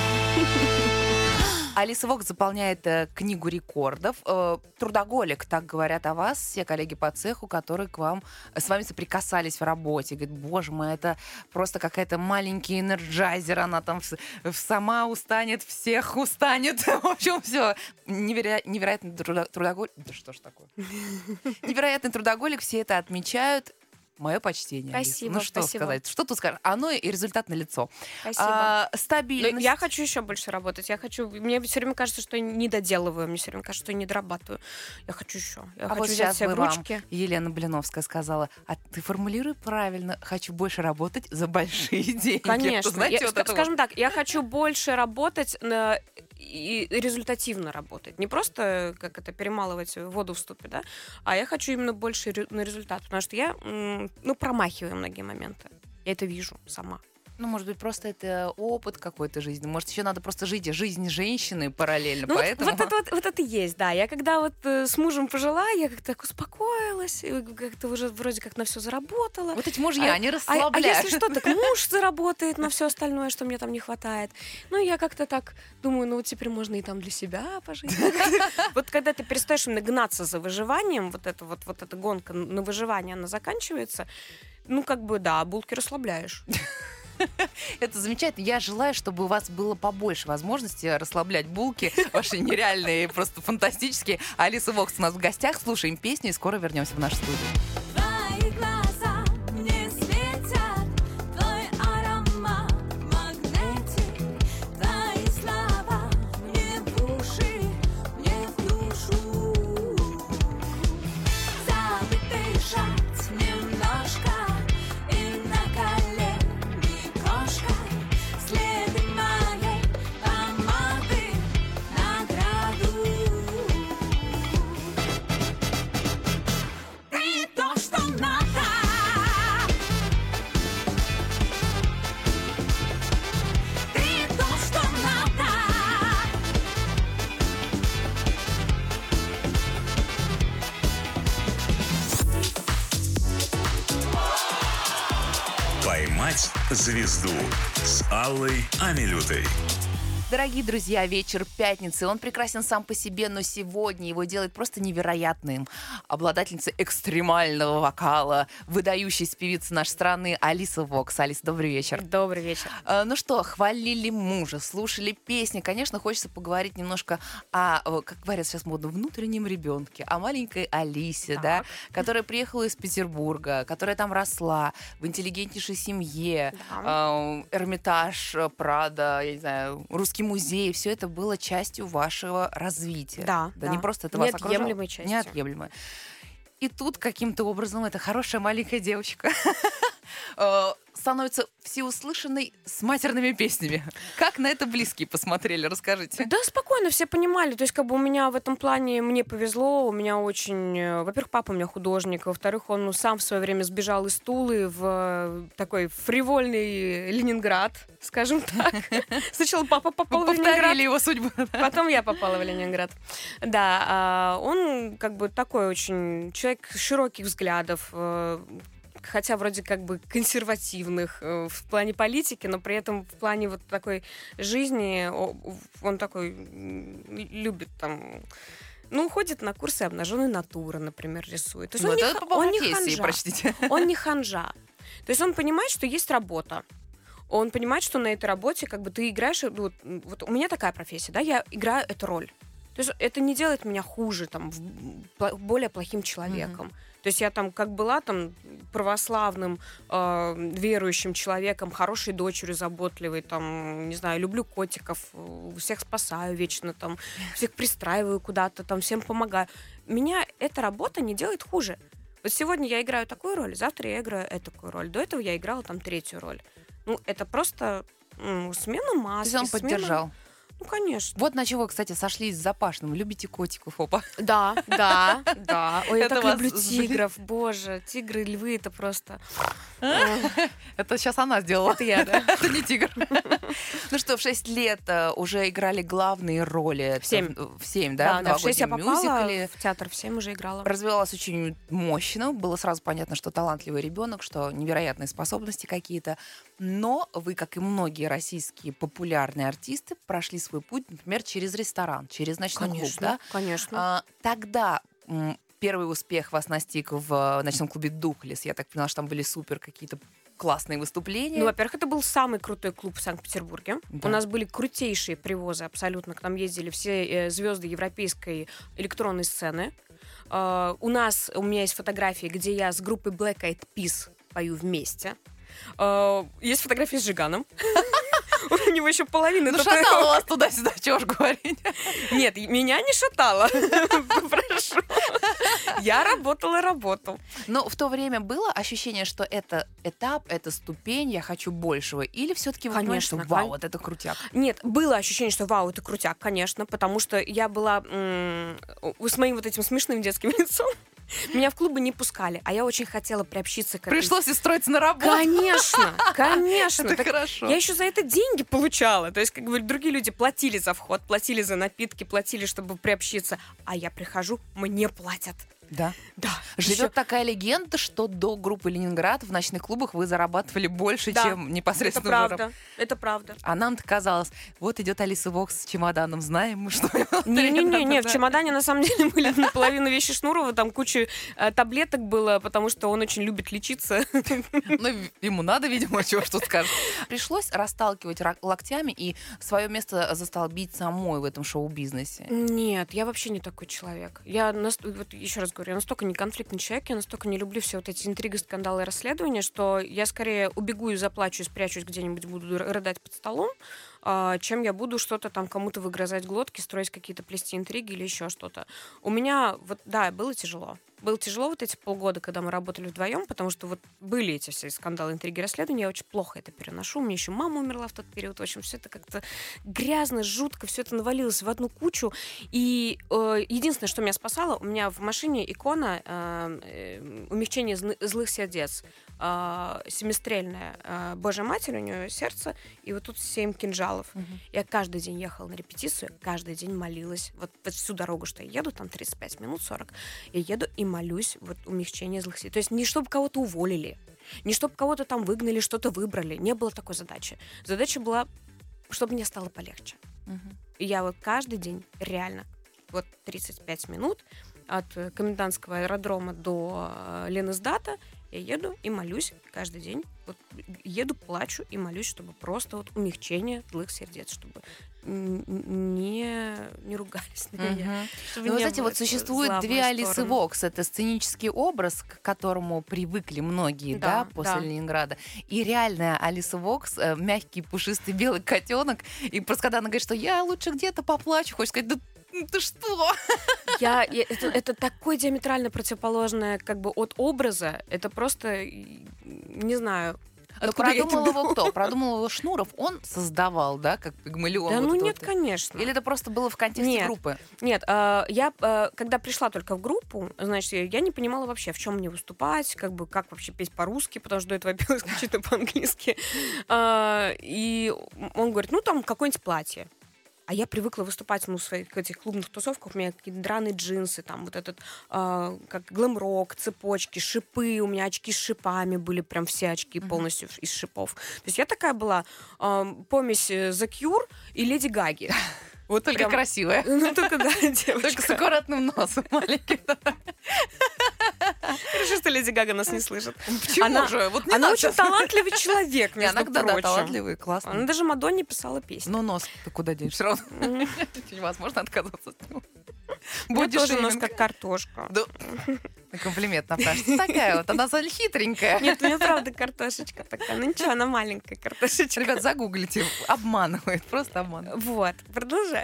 Алиса Вокс заполняет э, книгу рекордов. Э, трудоголик, так говорят о вас все коллеги по цеху, которые к вам, с вами соприкасались в работе. Говорят, боже мой, это просто какая-то маленький энерджайзер, она там в- в- сама устанет, всех устанет. В общем, все. Неверо- невероятный трудо- трудоголик. Да что ж такое? Невероятный трудоголик, все это отмечают. Мое почтение. Алиса. Спасибо, Ну что спасибо. сказать? Что тут скажешь? Оно и результат налицо. Спасибо. А, Ну, стабильность. я хочу еще больше работать. Я хочу. Мне все время кажется, что я не доделываю. Мне все время кажется, что я не дорабатываю. Я хочу еще. Я А хочу вот взять сейчас себя бы в вам ручки. Елена Блиновская сказала, а ты формулируй правильно, хочу больше работать за большие деньги. Конечно. Знаете, Я- вот ска- это вот. скажем так, я хочу больше работать на- и результативно работать. Не просто как это перемалывать воду в ступе, да, а я хочу именно больше ре- на результат, потому что я м, ну промахиваю многие моменты. Я это вижу сама. Ну, может быть, просто это опыт какой-то жизни. Может, еще надо просто жить жизнь женщины параллельно, Ну, вот- поэтому... вот, это вот, вот это и есть, да. Я когда вот э, с мужем пожила, я как-то так успокоилась, и как-то уже вроде как на все заработала. Вот эти мужья, А- они А, а расслабляют. если что, так муж заработает на все остальное, что мне там не хватает. Ну, я как-то так думаю, ну, вот теперь можно и там для себя пожить. Вот когда ты перестаешь именно гнаться за выживанием, вот эта вот, вот эта гонка на выживание, она заканчивается, ну, как бы, да, булки расслабляешь. Это замечательно. Я желаю, чтобы у вас было побольше возможности расслаблять булки, ваши нереальные, просто фантастические. Алиса Вокс у нас в гостях. Слушаем песню и скоро вернемся в нашу студию. Твои глаза мне светят, твой аромат магнетик, твои слова мне в уши, мне в душу. Забыть дышать немножко и на колени кошкой, следы моей помады награду. Ты то, что надо. Ты то, что надо. «Поймать звезду» с Аллой Амилютой. Дорогие друзья, вечер пятницы. Он прекрасен сам по себе, но сегодня его делает просто невероятным. Обладательница экстремального вокала, выдающаяся певица нашей страны Алиса Вокс. Алиса, добрый вечер. Добрый вечер. А, ну что, хвалили мужа, слушали песни. Конечно, хочется поговорить немножко о, как говорят сейчас модно, внутреннем ребенке, о маленькой Алисе, Так. да, которая приехала из Петербурга, которая там росла в интеллигентнейшей семье. Да. Э, Эрмитаж, Прада, я не знаю, Русский музей, все это было частью вашего развития. Да, да, да. не просто это вас окружало. Неотъемлемой частью. Неотъемлемой. И тут каким-то образом эта хорошая маленькая девочка э, становится всеуслышанной с матерными песнями. Как на это близкие посмотрели? Расскажите. Да, спокойно, все понимали. То есть, как бы у меня в этом плане мне повезло. У меня очень... э, Во-первых, папа у меня художник. Во-вторых, он ну, сам в свое время сбежал из Тулы в э, такой фривольный Ленинград, скажем так. Сначала папа попал в Ленинград. Повторили его судьбу. Потом я попала в Ленинград. Да, а, он как бы такой очень человек широких взглядов, э, хотя вроде как бы консервативных э, в плане политики, но при этом в плане вот такой жизни о- он такой м, любит там... Ну, ходит на курсы обнаженной натуры, например, рисует. То есть Ну, он, не, это ха- по он не профессии, ханжа. прочтите. Он не ханжа. То есть он понимает, что есть работа. Он понимает, что на этой работе как бы ты играешь... ну, Вот, вот у меня такая профессия, да, я играю эту роль. То есть это не делает меня хуже, там, в- пла- более плохим человеком. То есть я там как была там православным, э, верующим человеком, хорошей дочерью, заботливой, там, не знаю, люблю котиков, э, всех спасаю вечно, там, всех пристраиваю куда-то, там, всем помогаю. Меня эта работа не делает хуже. Вот сегодня я играю такую роль, завтра я играю эту роль. До этого я играла там третью роль. Ну, это просто м, смена То маски. есть он смена- поддержал. Ну, конечно. Вот на чего, кстати, сошлись с Запашным. Любите котиков, опа. Да, да, да. Ой, я Это так вас люблю сблизит. тигров, боже. Тигры, львы, это просто... Это сейчас она сделала. Это я, да. Это не тигр. Ну что, в шесть лет э, уже играли главные роли. Это В семь. В семь, да? Да, да, в шесть я новогоднем попала мюзикле. в театр, в семь уже играла. Развивалась очень мощно. Было сразу понятно, что талантливый ребенок, что невероятные способности какие-то. Но вы, как и многие российские популярные артисты, прошли свой путь, например, через ресторан, через ночной клуб. Конечно, Да? конечно. А, тогда м, первый успех вас настиг в э, ночном клубе «Духлес». Я так поняла, что там были супер какие-то классные выступления. Ну, во-первых, это был самый крутой клуб в Санкт-Петербурге. Да. У нас были крутейшие привозы абсолютно. К нам ездили все э, звезды европейской электронной сцены. Э, у нас, у меня есть фотографии, где я с группой Black Eyed Peas пою вместе. Э, есть фотографии с Жиганом. У него еще половина. Ну, татуировок. шатало вас туда-сюда, чего ж говорить. Нет, меня не шатало. Прошу. Я работала, работал. Но в то время было ощущение, что это этап, это ступень, я хочу большего? Или все-таки вы понимаете, что Конечно, вау, кон- вот это крутяк? Нет, было ощущение, что вау, это крутяк, конечно, потому что я была м, с моим вот этим смешным детским лицом. Меня в клубы не пускали, а я очень хотела приобщиться к этому. Пришлось устроиться на работу. Конечно, конечно. Это Так хорошо. я еще за это деньги получала. То есть, как бы другие люди платили за вход, платили за напитки, платили, чтобы приобщиться. А я прихожу, мне платят. Да. Да. Живет Ещё- такая легенда, что до группы «Ленинград» в ночных клубах вы зарабатывали больше, Да, чем Это непосредственно уже раб- правда. Это правда. А нам-то казалось, вот идет Алиса Вокс с чемоданом, знаем мы, что... Не-не-не, в Да. чемодане на самом деле были наполовину вещи Шнурова, там куча э, таблеток было, потому что он очень любит лечиться. Ну, ему надо, видимо, чего что скажешь. Пришлось расталкивать ра- локтями и свое место застолбить самой в этом шоу-бизнесе. Нет, я вообще не такой человек. Я, нас- вот еще раз говорю, я настолько не конфликтный человек, я настолько не люблю все вот эти интриги, скандалы и расследования, что я скорее убегу и заплачу, и спрячусь где-нибудь, буду р- рыдать под столом, а, чем я буду что-то там кому-то выгрызать глотки, строить какие-то плести интриги или еще что-то. У меня, вот, да, было тяжело. Было тяжело вот эти полгода, когда мы работали вдвоем, потому что вот были эти все скандалы, интриги, расследования, я очень плохо это переношу. У меня еще мама умерла в тот период. В общем, все это как-то грязно, жутко, все это навалилось в одну кучу. И э, единственное, что меня спасало, у меня в машине икона э, э, умягчение зны- злых сердец. Э, семистрельная. Э, Божья Матерь, у нее сердце, и вот тут семь кинжалов. Я каждый день ехала на репетицию, каждый день молилась. Вот, вот всю дорогу, что я еду, там тридцать пять минут, сорок, я еду и молюсь, вот умягчение злых сил. То есть не чтобы кого-то уволили, не чтобы кого-то там выгнали, что-то выбрали. Не было такой задачи. Задача была, чтобы мне стало полегче. Мгм. И я вот каждый день, реально, вот тридцать пять минут от э, комендантского аэродрома до э, Ленэсдата я еду и молюсь каждый день. Вот еду, плачу и молюсь, чтобы просто вот умягчение злых сердец, чтобы н- н- не, не ругались на меня. Мгм. Чтобы Ну, вы не знаете, было вот существует зла в две мою Алисы сторону. Вокс. Это сценический образ, к которому привыкли многие, да, Да, после да. Ленинграда. И реальная Алиса Вокс, э, мягкий, пушистый белый котенок. И просто когда она говорит, что я лучше где-то поплачу, хочешь сказать, да ну ты что? Я, я- это, это такое диаметрально противоположное как бы от образа. Это просто, и, не знаю, Но откуда я это продумал его беру. кто? Продумал его Шнуров? Он создавал, да, как Пигмалион? Да вот ну это нет, вот? конечно. Или это просто было в контексте Нет. группы? Нет, э, я, э, когда пришла только в группу, значит, я я не понимала вообще, в чем мне выступать, как бы, как вообще петь по-русски, потому что до этого я пела исключительно по-английски. А, И он говорит, ну, там, какое-нибудь платье. А я привыкла выступать ну, в своих этих клубных тусовках. У меня какие-то драные джинсы, там вот этот, а, как глэм-рок, цепочки, шипы. У меня очки с шипами были, прям все очки Мгм. полностью из шипов. То есть я такая была а, помесь э, The Cure и Леди Гаги. Вот Только прям- красивая. Ну, только, да, Только с девочка. аккуратным носом маленьким. Хорошо, что Леди Гага нас не слышит. Почему Она- же? Вот не Она надо очень сейчас. талантливый человек, Не, между она, да, да, прочим. талантливая, Она классная. даже Мадонне писала песни. Но нос ты куда денешь? Все равно М, невозможно отказаться от него. у меня тоже нос Бодишейминг. как картошка. Да. Комплимент, Наташа. Ты такая вот, она за- хитренькая. Нет, у меня правда картошечка такая. Ну ничего, она маленькая картошечка. Ребят, загуглите. Обманывает, просто обманывает. Вот, продолжай.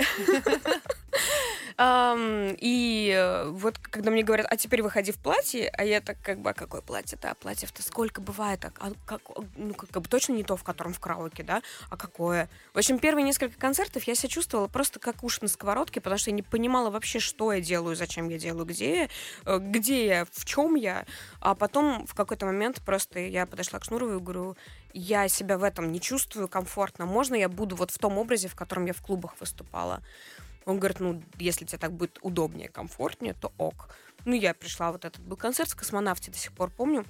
Ам, И э, вот когда мне говорят, а теперь выходи в платье, а я так как бы, а какое платье-то, а платьев-то сколько бывает, а а как, ну как бы точно не то, в котором в караоке, да, а какое. В общем, первые несколько концертов я себя чувствовала просто как уж на сковородке, потому что я не понимала вообще, что я делаю, зачем я делаю, где я, э, где я, в чем я. А потом в какой-то момент просто я подошла к Шнурову и говорю, я себя в этом не чувствую комфортно, можно я буду вот в том образе, в котором я в клубах выступала? Он говорит, ну, если тебе так будет удобнее, комфортнее, то ок. Ну, я пришла, вот этот был концерт в «Космонавте», до сих пор помню.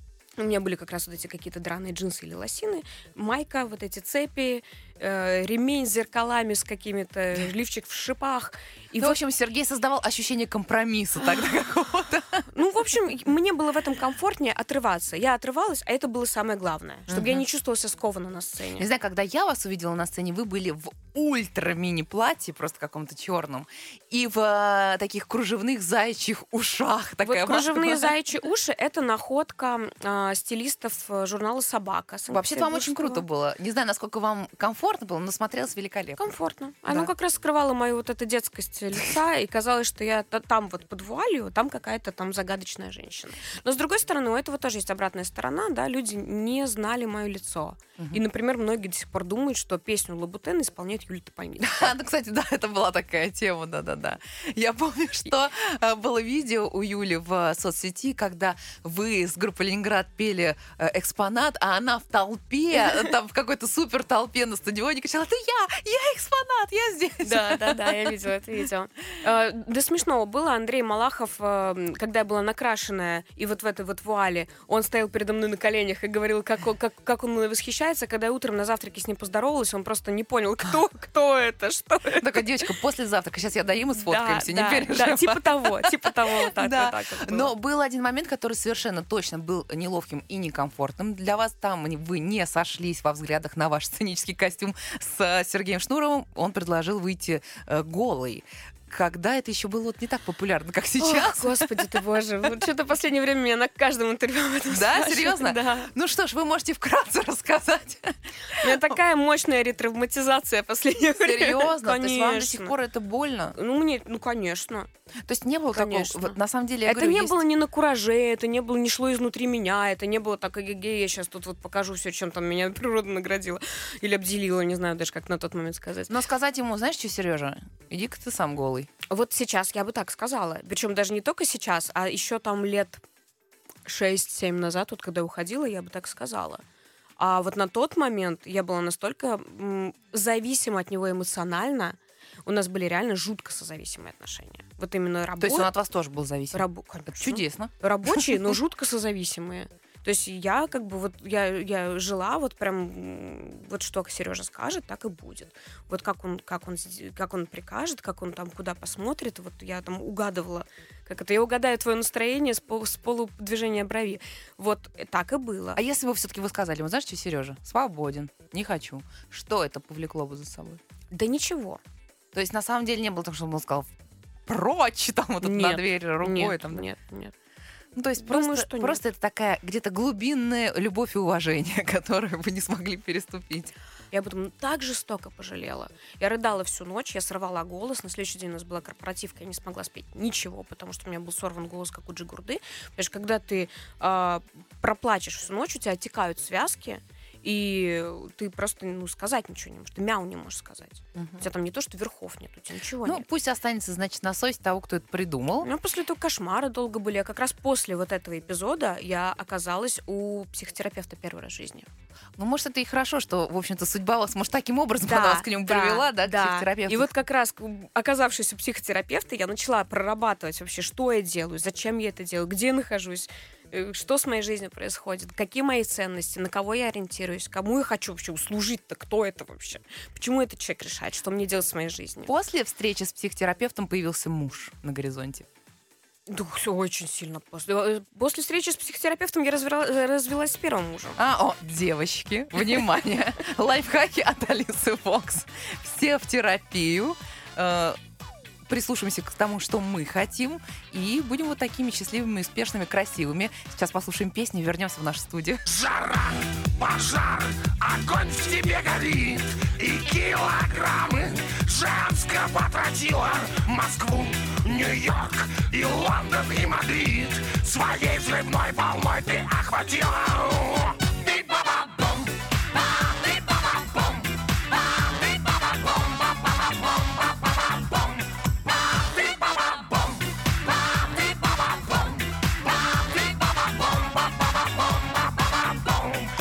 У меня были как раз вот эти какие-то драные джинсы или лосины, майка, вот эти цепи, э, ремень с зеркалами, с какими-то, лифчик в шипах. И Ну, в вот, общем, Сергей создавал ощущение компромисса тогда какого-то. ну, в общем, мне было в этом комфортнее отрываться. Я отрывалась, а это было самое главное, чтобы я Мгм. не чувствовала себя скованно на Не сцене. знаю, когда я вас увидела на сцене, вы были в ультра-мини-платье, просто каком-то черном, и в э, таких кружевных заячьих ушах. Такая Вот кружевные ваша была. заячьи уши — это находка а, стилистов э, журнала «Собака». Вообще-то вам очень Санкт-Петербургского. круто было. Не знаю, насколько вам комфортно было, но смотрелось великолепно. Комфортно. Оно Да. как раз скрывало мою вот эту детскость лица, и казалось, что я та- там вот под вуалью, там какая-то там загадочная женщина. Но, с другой стороны, у этого тоже есть обратная сторона, да, люди не знали мое лицо. Мгм. И, например, многие до сих пор думают, что песню «Лабутен» исполняет Юлия Тополницкая. А, ну, кстати, да, это была такая тема, да-да-да. Я помню, что э, было видео у Юли в э, соцсети, когда вы с группой «Ленинград» пели э, «Экспонат», а она в толпе, э, там в какой-то супер толпе на стадионе кричала: «Это я! Я экспонат! Я здесь!» Да, да, да, я видела это видео. Э, До смешного было. Андрей Малахов, э, когда я была накрашенная и вот в этой вот вуале, он стоял передо мной на коленях и говорил, как, он- как, как он мной восхищается. Когда я утром на завтраке с ним поздоровалась, он просто не понял, кто, кто это, что это. Такая девочка, после завтрака, сейчас я доем и сфоткаемся, Да, не да, переживай. да, типа того, типа того, вот так, Да. вот так вот было. Но был один момент, который совершенно точно был неловким и некомфортным. Для вас там не- вы не сошлись во взглядах на ваш сценический костюм с э, Сергеем Шнуровым. Он предложил выйти э, голой. Когда это еще было вот не так популярно, как сейчас. Ох, господи ты боже, вот что-то в последнее время меня на каждом интервью об этом Да, спрашивают. серьезно? Да. Ну что ж, вы можете вкратце рассказать. У меня такая мощная ретравматизация в последнее время. Серьезно? То есть вам до сих Конечно. пор это больно? Ну, мне, ну, конечно. То есть не было Конечно. такого... Вот, на самом деле, я это говорю, не есть- было ни на кураже, это не было, не шло изнутри меня, это не было так, эгегей, я сейчас тут вот покажу все, чем там меня природа наградила или обделила, не знаю даже, как на тот момент сказать. Но сказать ему, знаешь что, Сережа, иди-ка ты сам голый. Вот сейчас я бы так сказала. Причем даже не только сейчас, а еще там лет шесть-семь назад, вот когда я уходила, я бы так сказала. А вот на тот момент я была настолько м, зависима от него эмоционально, у нас были реально жутко созависимые отношения. Вот именно То есть он работа. от вас тоже был зависим? Это Конечно. чудесно. Рабочие, но жутко созависимые. То есть я как бы вот, я, я жила вот прям, м, вот что Сережа скажет, так и будет. Вот как он, как он, сде- как он прикажет, как он там куда посмотрит, вот я там угадывала, как это, я угадаю твое настроение с, пол, с полудвижения брови. Вот э, так и было. А если бы все-таки вы сказали, вот знаешь что, Сережа, свободен, не хочу, что это повлекло бы за собой? Да ничего. То есть на самом деле не было того, что он сказал прочь, там вот тут на Нет, дверь рукой. Нет, там, да? нет, нет. Ну, то есть Думаю, просто, что нет. просто это такая где-то глубинная любовь и уважение, которую вы не смогли переступить. Я об этом так жестоко пожалела. Я рыдала всю ночь, я сорвала голос. На следующий день у нас была корпоративка, я не смогла спеть ничего, потому что у меня был сорван голос, как у Джигурды. Потому что когда ты а, проплачешь всю ночь, у тебя оттекают связки, и ты просто ну, сказать ничего не можешь. Ты мяу не можешь сказать. Мгм. У тебя там не то, что верхов нет, у тебя ничего Ну, нет. пусть останется, значит, на совесть того, кто это придумал. Ну, после этого кошмары долго были. А как раз после вот этого эпизода я оказалась у психотерапевта первый раз в жизни. Ну, может, это и хорошо, что, в общем-то, судьба вас, может, таким образом она вас к нему привела, да, к психотерапевту. И вот как раз, оказавшись у психотерапевта, я начала прорабатывать вообще, что я делаю, зачем я это делаю, где я нахожусь, э, что с моей жизнью происходит, какие мои ценности, на кого я ориентируюсь, кому я хочу вообще услужить-то, кто это вообще, почему этот человек решает, что мне делать с моей жизнью. После встречи с психотерапевтом появился муж на горизонте. Да, все очень сильно после. Э, После встречи с психотерапевтом я развела- развелась с первым мужем. А, о, девочки, внимание, лайфхаки от Алисы Вокс. Все в терапию. Э, Прислушаемся к тому, что мы хотим, и будем вот такими счастливыми, успешными, красивыми. Сейчас послушаем песню и вернемся в нашу студию. Жара, пожар, огонь в тебе горит, и килограммы женского тротила. Москву, Нью-Йорк и Лондон и Мадрид своей взрывной волной ты охватила. Ты-ба-ба-бум, а, ты-ба-ба-бум, а, ты-ба-ба-бум, ба-ба-ба-бум, ба-ба-ба-бум, а, ты-ба-ба-бум, а, ты-ба-ба-бум, а, ты-ба-ба-бум, ба-ба-ба-бум, ба-ба-ба-бум.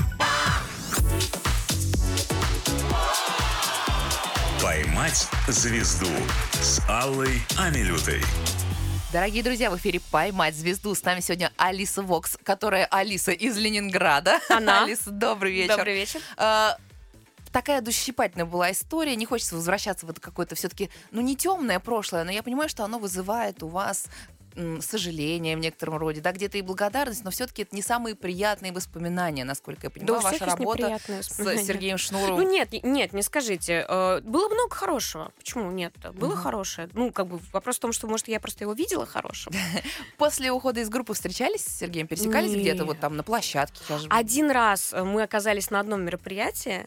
«Поймать звезду» с Аллой Амилютой. Дорогие друзья, в эфире «Поймать звезду». С нами сегодня Алиса Вокс, которая Алиса из Ленинграда. Она. Алиса, добрый вечер. Добрый вечер. А, Такая душесчипательная была история. Не хочется возвращаться в это какое-то все-таки, ну, не темное прошлое, но я понимаю, что оно вызывает у вас м, сожаление в некотором роде, да, где-то и благодарность, но все-таки это не самые приятные воспоминания, насколько я Да, понимаю, у всех ваша есть работа неприятные с воспоминания. Сергеем Шнуровым. Ну нет, не- нет, не скажите. Э, Было много хорошего. Почему нет? Было Мгм. хорошее. Ну, как бы вопрос в том, что, может, я просто его видела хорошим. После ухода из группы встречались с Сергеем? Пересекались Нет. где-то вот там на площадке? Сейчас же- Один раз э, мы оказались на одном мероприятии,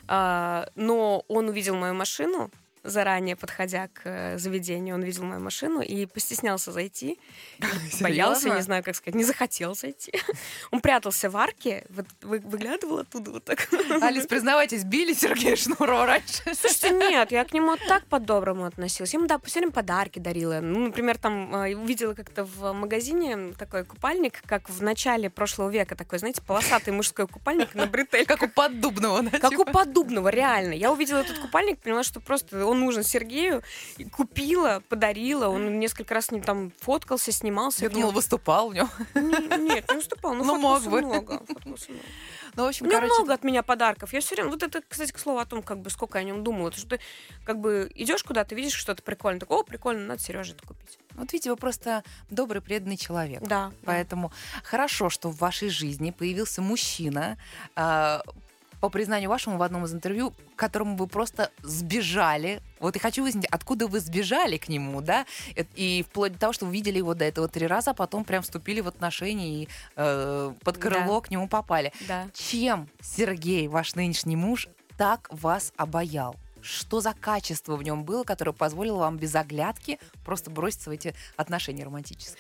а, но он увидел мою машину, заранее подходя к э, заведению, он видел мою машину и постеснялся зайти. Боялся, Серьезно? не знаю, как сказать, не захотел зайти. Он прятался в арке, вот вы- выглядывал оттуда вот так. Алис, признавайтесь, били Сергея Шнурова раньше? Слушайте, нет, я к нему так по-доброму относилась. Я ему, да, все время подарки дарила. Ну, например, там э, увидела как-то в магазине такой купальник, как в начале прошлого века, такой, знаете, полосатый мужской купальник на бретель. Как у Поддубного, да? Как у типа? Поддубного, реально. Я увидела этот купальник, поняла, что просто он нужен Сергею. И купила, подарила. Он несколько раз с ним там фоткался, снимался. Я в думала, нем. выступал в нем. Не- Нет, не выступал, но Ну, мог фоткался бы. много. фоткался много. Ну, в общем, У него короче, много от меня подарков. Я все время... Вот это, кстати, к слову о том, как бы, сколько я о нем думала. То, что ты как бы идешь куда-то, видишь что-то прикольное. Так, о, прикольно, надо Сереже это купить. вот видите, вы просто добрый, преданный человек. Да. Поэтому хорошо, что в вашей жизни появился мужчина, а, по признанию вашему в одном из интервью, к которому вы просто сбежали. Вот и хочу выяснить, откуда вы сбежали к нему, да? Э, И вплоть до того, что вы видели его до этого три раза, а потом прям вступили в отношения и э, под крыло к нему попали. Да. Чем Сергей, ваш нынешний муж, так вас обаял? Что за качество в нем было, которое позволило вам без оглядки просто броситься в эти отношения романтические?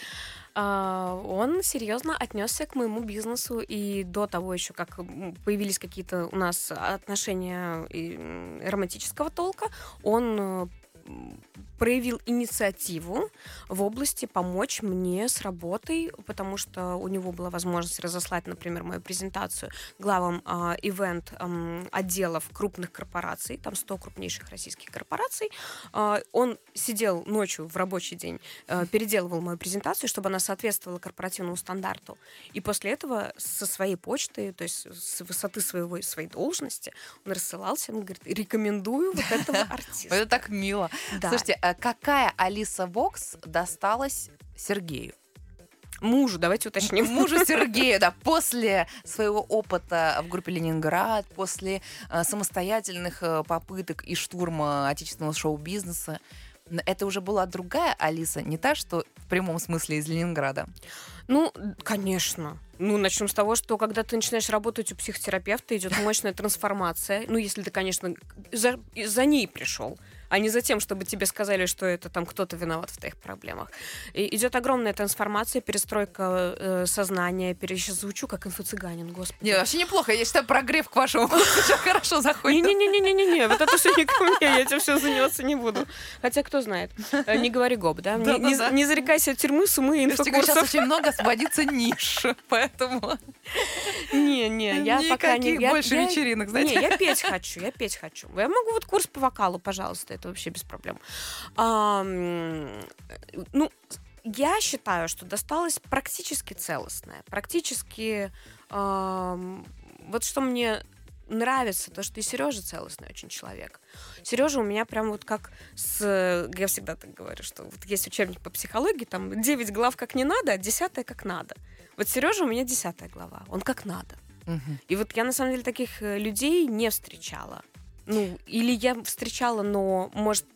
А, Он серьезно отнесся к моему бизнесу, и до того еще, как м, появились какие-то у нас отношения и, м, романтического толка, он э, м, проявил инициативу в области помочь мне с работой, потому что у него была возможность разослать, например, мою презентацию главам э, ивент э, отделов крупных корпораций, там сто крупнейших российских корпораций. Э, он сидел ночью в рабочий день, э, переделывал мою презентацию, чтобы она соответствовала корпоративному стандарту. И после этого со своей почты, то есть с высоты своего, своей должности, он рассылался, он говорит, рекомендую вот этого артиста. Это так мило. Слушайте, а какая Алиса Вокс досталась Сергею? Мужу, давайте уточним. Мужу Сергею, да, после своего опыта в группе «Ленинград», после э, самостоятельных э, попыток и штурма отечественного шоу-бизнеса, это уже была другая Алиса, не та, что в прямом смысле из Ленинграда? Ну, конечно. Ну, начнем с того, что когда ты начинаешь работать у психотерапевта, идет мощная трансформация. Ну, если ты, конечно, за, за ней пришел, а не за тем, чтобы тебе сказали, что это там кто-то виноват в твоих проблемах. И идет огромная трансформация, перестройка э, сознания. Пере... Сейчас звучу как инфо-цыганин, господи. Не, вообще неплохо. Я считаю, прогрев к вашему очень хорошо заходит. Не-не-не-не-не, вот это все не ко мне, я этим все заниматься не буду. Хотя, кто знает. Не говори гоп, да? Не зарекайся от тюрьмы, сумы и инфокурсов. Сейчас очень много освободится ниш, поэтому... Не-не, я пока не... Никаких больше вечеринок, знаете. Не, я петь хочу, я петь хочу. Я могу вот курс по вокалу, пожалуйста, это вообще без проблем. А, ну, я считаю, что досталось практически целостное. Практически... А, вот что мне нравится, то, что и Сережа целостный очень человек. Сережа у меня прям вот как с... Я всегда так говорю, что вот есть учебник по психологии, там девять глав как не надо, а десятая как надо. Вот Сережа у меня десятая глава, он как надо. Угу. И вот я на самом деле таких людей не встречала. Ну, или я встречала, но, может,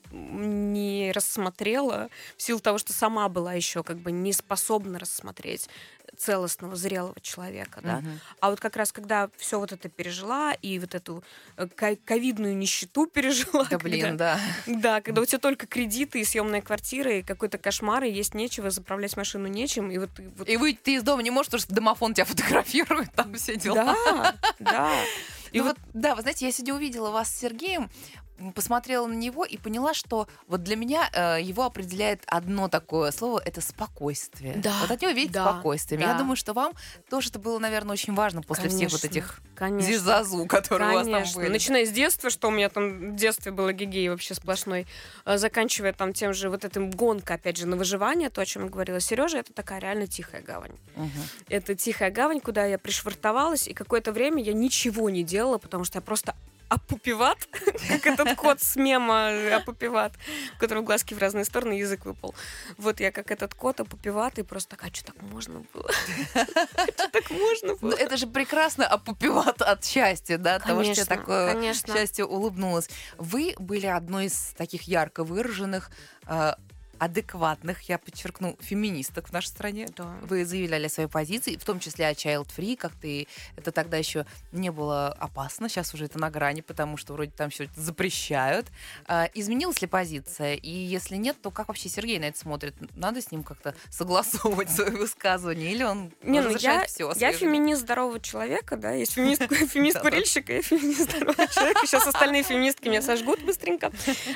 не рассмотрела в силу того, что сама была еще как бы не способна рассмотреть целостного, зрелого человека, да. Uh-huh. А вот как раз, когда все вот это пережила и вот эту ковидную нищету пережила. Да, блин, да. Да, когда у тебя только кредиты и съемная квартира, и какой-то кошмар, и есть нечего, заправлять машину нечем. И вот, вот... И выйти ты из дома не можешь, потому что домофон тебя фотографирует, там все дела. Да, да. И ну вот, вот, да, вы знаете, я сегодня увидела вас с Сергеем, посмотрела на него и поняла, что вот для меня э, его определяет одно такое слово — это спокойствие. Да, вот от него видите да, спокойствие. Да. Я думаю, что вам тоже это было, наверное, очень важно после конечно, всех вот этих конечно. зизазу, которые конечно. у вас там были. Начиная с детства, что у меня там в детстве было гигей вообще сплошной, заканчивая там тем же вот этим гонка, опять же, на выживание, то, о чем я говорила. Сережа — это такая реально тихая гавань. Угу. Это тихая гавань, куда я пришвартовалась, и какое-то время я ничего не делала, потому что я просто опупеват, как этот кот с мема опупеват, у которого глазки в разные стороны, язык выпал. Вот я как этот кот опупеват, и просто такая, что так можно было? Что так можно было? Это же прекрасно опупеват от счастья, да, от того, что я такое счастье улыбнулась. Вы были одной из таких ярко выраженных, адекватных, я подчеркну, феминисток в нашей стране. Да. Вы заявляли о своей позиции, в том числе о child-free, как-то и это тогда еще не было опасно, сейчас уже это на грани, потому что вроде там все это запрещают. А, изменилась ли позиция? И если нет, то как вообще Сергей на это смотрит? Надо с ним как-то согласовывать свои высказывания? Или он не, ну я, все? Я феминист здорового человека, да, есть феминист-курильщик, и феминист здорового человека. Сейчас остальные феминистки меня сожгут быстренько.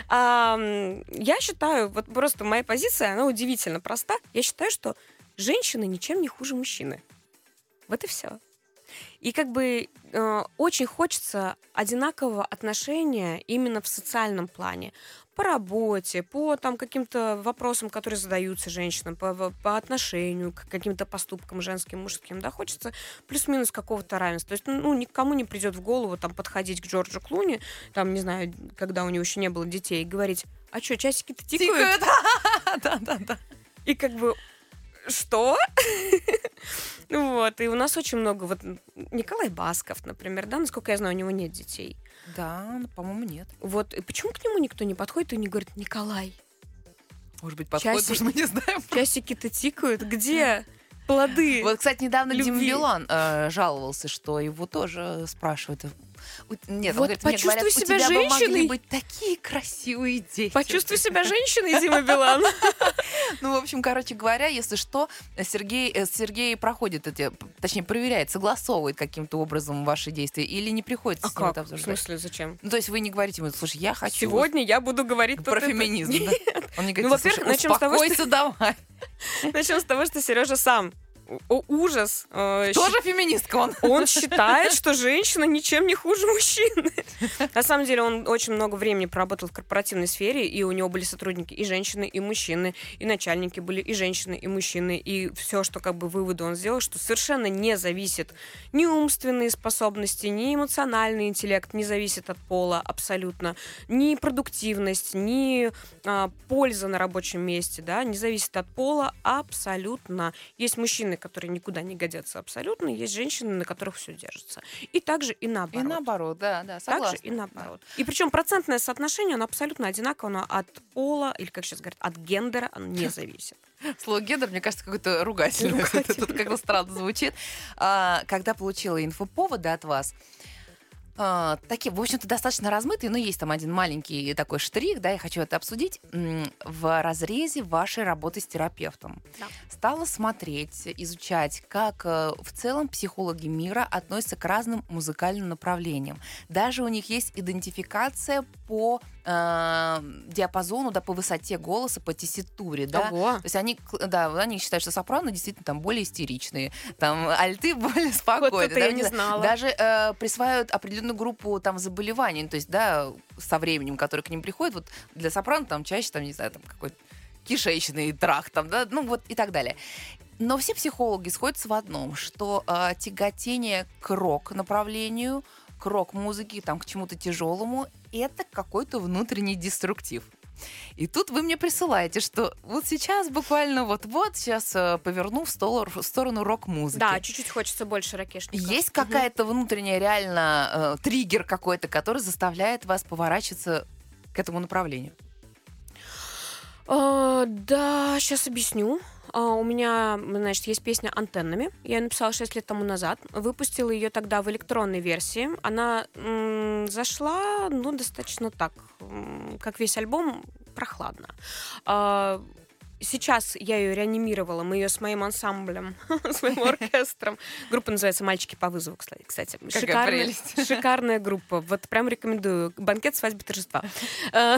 Я считаю, вот просто моя позиция, она удивительно проста. Я считаю, что женщины ничем не хуже мужчины. Вот и все. И как бы э, очень хочется одинакового отношения именно в социальном плане. По работе, по там, каким-то вопросам, которые задаются женщинам, по, по отношению к каким-то поступкам женским, мужским. Да, хочется плюс-минус какого-то равенства. То есть, ну, никому не придет в голову там, подходить к Джорджу Клуни, там, не знаю, когда у него еще не было детей, и говорить: а что, часики-то тикают? Да-да-да. И как бы, что? Вот, и у нас очень много, вот Николай Басков, например, да, насколько я знаю, у него нет детей. Да, по-моему, нет. Вот, и почему к нему никто не подходит и не говорит: Николай, может быть, подходит, часики, потому что мы не знаем. Часики-то тикают, где плоды? Вот, кстати, недавно любви. Дима Билан э, жаловался, что его тоже спрашивают: У- Нет, он Вот говорит, мне почувствуй говорят, у себя тебя бы могли женщиной. быть такие красивые дети. Почувствуй себя женщиной, Дима Билан. Ну, в общем, короче говоря, если что, Сергей, э, Сергей проходит эти, п- точнее, проверяет, согласовывает каким-то образом ваши действия или не приходится А с ним это как? В обсуждать? смысле, зачем? Ну, то есть вы не говорите ему, слушай, я хочу Сегодня я буду говорить про вот это. феминизм, да? Он не говорит, Ну, во-первых, слушай, начнем с того, что- успокойся давай. Начнем с того, что Сережа сам. О, ужас. э, Тоже феминистка он. Он считает, что женщина ничем не хуже мужчины. На самом деле он очень много времени проработал в корпоративной сфере, и у него были сотрудники и женщины, и мужчины, и начальники были и женщины, и мужчины, и все, что как бы выводы он сделал, что совершенно не зависит ни умственные способности, ни эмоциональный интеллект, не зависит от пола абсолютно, ни продуктивность, ни а, польза на рабочем месте, да, не зависит от пола абсолютно. Есть мужчины, которые никуда не годятся абсолютно, есть женщины, на которых все держится. И также и И наоборот. наоборот, да, да, Также согласна. и наоборот. И причем процентное соотношение, оно абсолютно одинаково, оно от пола, или, как сейчас говорят, от гендера оно не зависит. Слово гендер, мне кажется, какое-то ругательное. Тут как-то странно звучит. А, Когда получила инфоповоды от вас, а, такие, в общем-то, достаточно размытые, но есть там один маленький такой штрих, да, я хочу это обсудить. М, В разрезе вашей работы с терапевтом Да. стала смотреть, изучать, как э, в целом психологи мира относятся к разным музыкальным направлениям. Даже у них есть идентификация по э, диапазону, да, по высоте голоса, по тесситуре, да. Ого. То есть они, к- да, они считают, что сопрано действительно там более истеричные, там альты более спокойные. это да, я не знаю. знала. Даже э, присваивают определенную группу там заболеваний, то есть, да, со временем, которые к ним приходят. Вот для сопрано там чаще, там, не знаю, там какой-то кишечный тракт, там, да, ну вот и так далее. Но все психологи сходятся в одном, что э, тяготение к рок-направлению, к рок-музыке, там, к чему-то тяжелому, это какой-то внутренний деструктив. И тут вы мне присылаете, что вот сейчас буквально вот-вот сейчас э, поверну в, стол- в сторону рок-музыки. Да, чуть-чуть хочется больше ракешников. Есть какая-то внутренняя реально э, триггер какой-то, который заставляет вас поворачиваться к этому направлению? А, да, сейчас объясню. А, у меня, значит, есть песня «Антеннами». Я ее написала шесть лет тому назад. Выпустила ее тогда в электронной версии. Она м, зашла, ну, достаточно так, м, как весь альбом, прохладно. А, сейчас я ее реанимировала. Мы ее с моим ансамблем, с моим оркестром. Группа называется «Мальчики по вызову», кстати. кстати. Какая Шикарная, прелесть. шикарная группа. Вот прям рекомендую. Банкет, свадьба, торжества. А,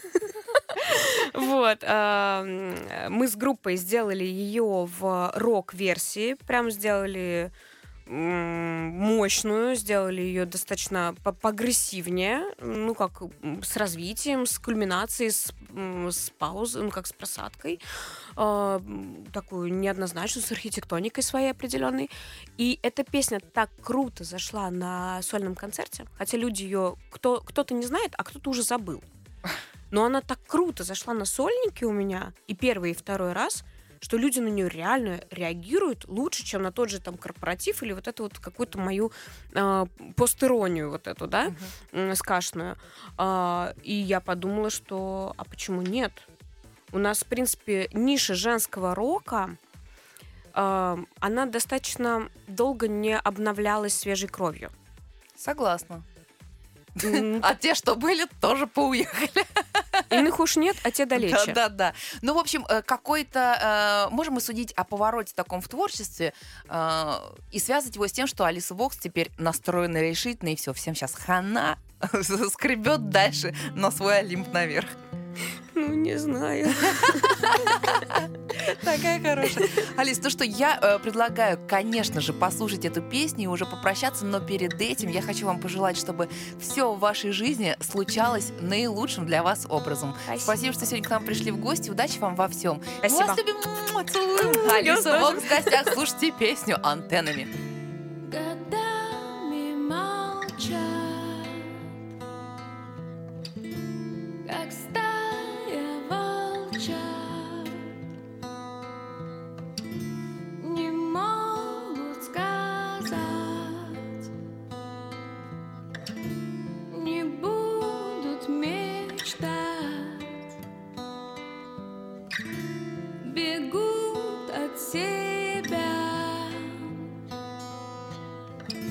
Вот. э, Мы с группой сделали ее в рок-версии. Прям сделали м, мощную, сделали ее достаточно по- поагрессивнее, ну, как м, с развитием, с кульминацией, с, м, с паузой, ну, как с просадкой. Э, м, Такую неоднозначную, с архитектоникой своей определенной. И эта песня так круто зашла на сольном концерте, хотя люди ее, кто, кто-то не знает, а кто-то уже забыл. Но она так круто зашла на сольнике у меня и первый, и второй раз, что люди на нее реально реагируют лучше, чем на тот же там корпоратив или вот эту вот какую-то мою э, постиронию вот эту, да, uh скашную. А, и я подумала, что а почему нет? У нас, в принципе, ниша женского рока, э, она достаточно долго не обновлялась свежей кровью. Согласна. М, А те, что были, тоже поуехали. Иных уж нет, а те далече. Да, да, да. Ну, в общем, э, какой-то... э, можем мы судить о повороте таком в творчестве э, и связать его с тем, что Алиса Вокс теперь настроена решительно, и все, всем сейчас хана скребет дальше на свой Олимп наверх. Ну, не знаю. Такая хорошая. Алис, ну что, я э, предлагаю, конечно же, послушать эту песню и уже попрощаться, но перед этим я хочу вам пожелать, чтобы все в вашей жизни случалось наилучшим для вас образом. Спасибо. Спасибо, что сегодня к нам пришли в гости. Удачи вам во всем. Мы Спасибо. вас любим. М, Целуем. Я Алиса тоже. Вокс в гостях. Слушайте песню «Антеннами». Годами молчат, как стая волчат, не могут сказать, не будут мечтать, бегут от себя.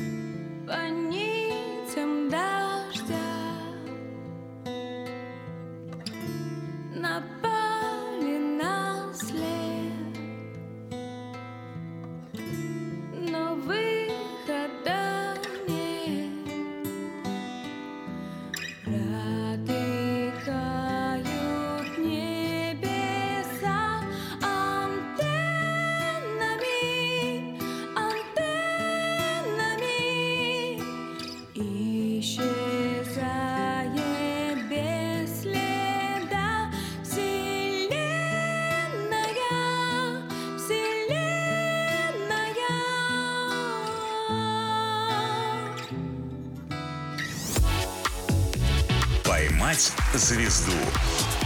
«Поймать звезду».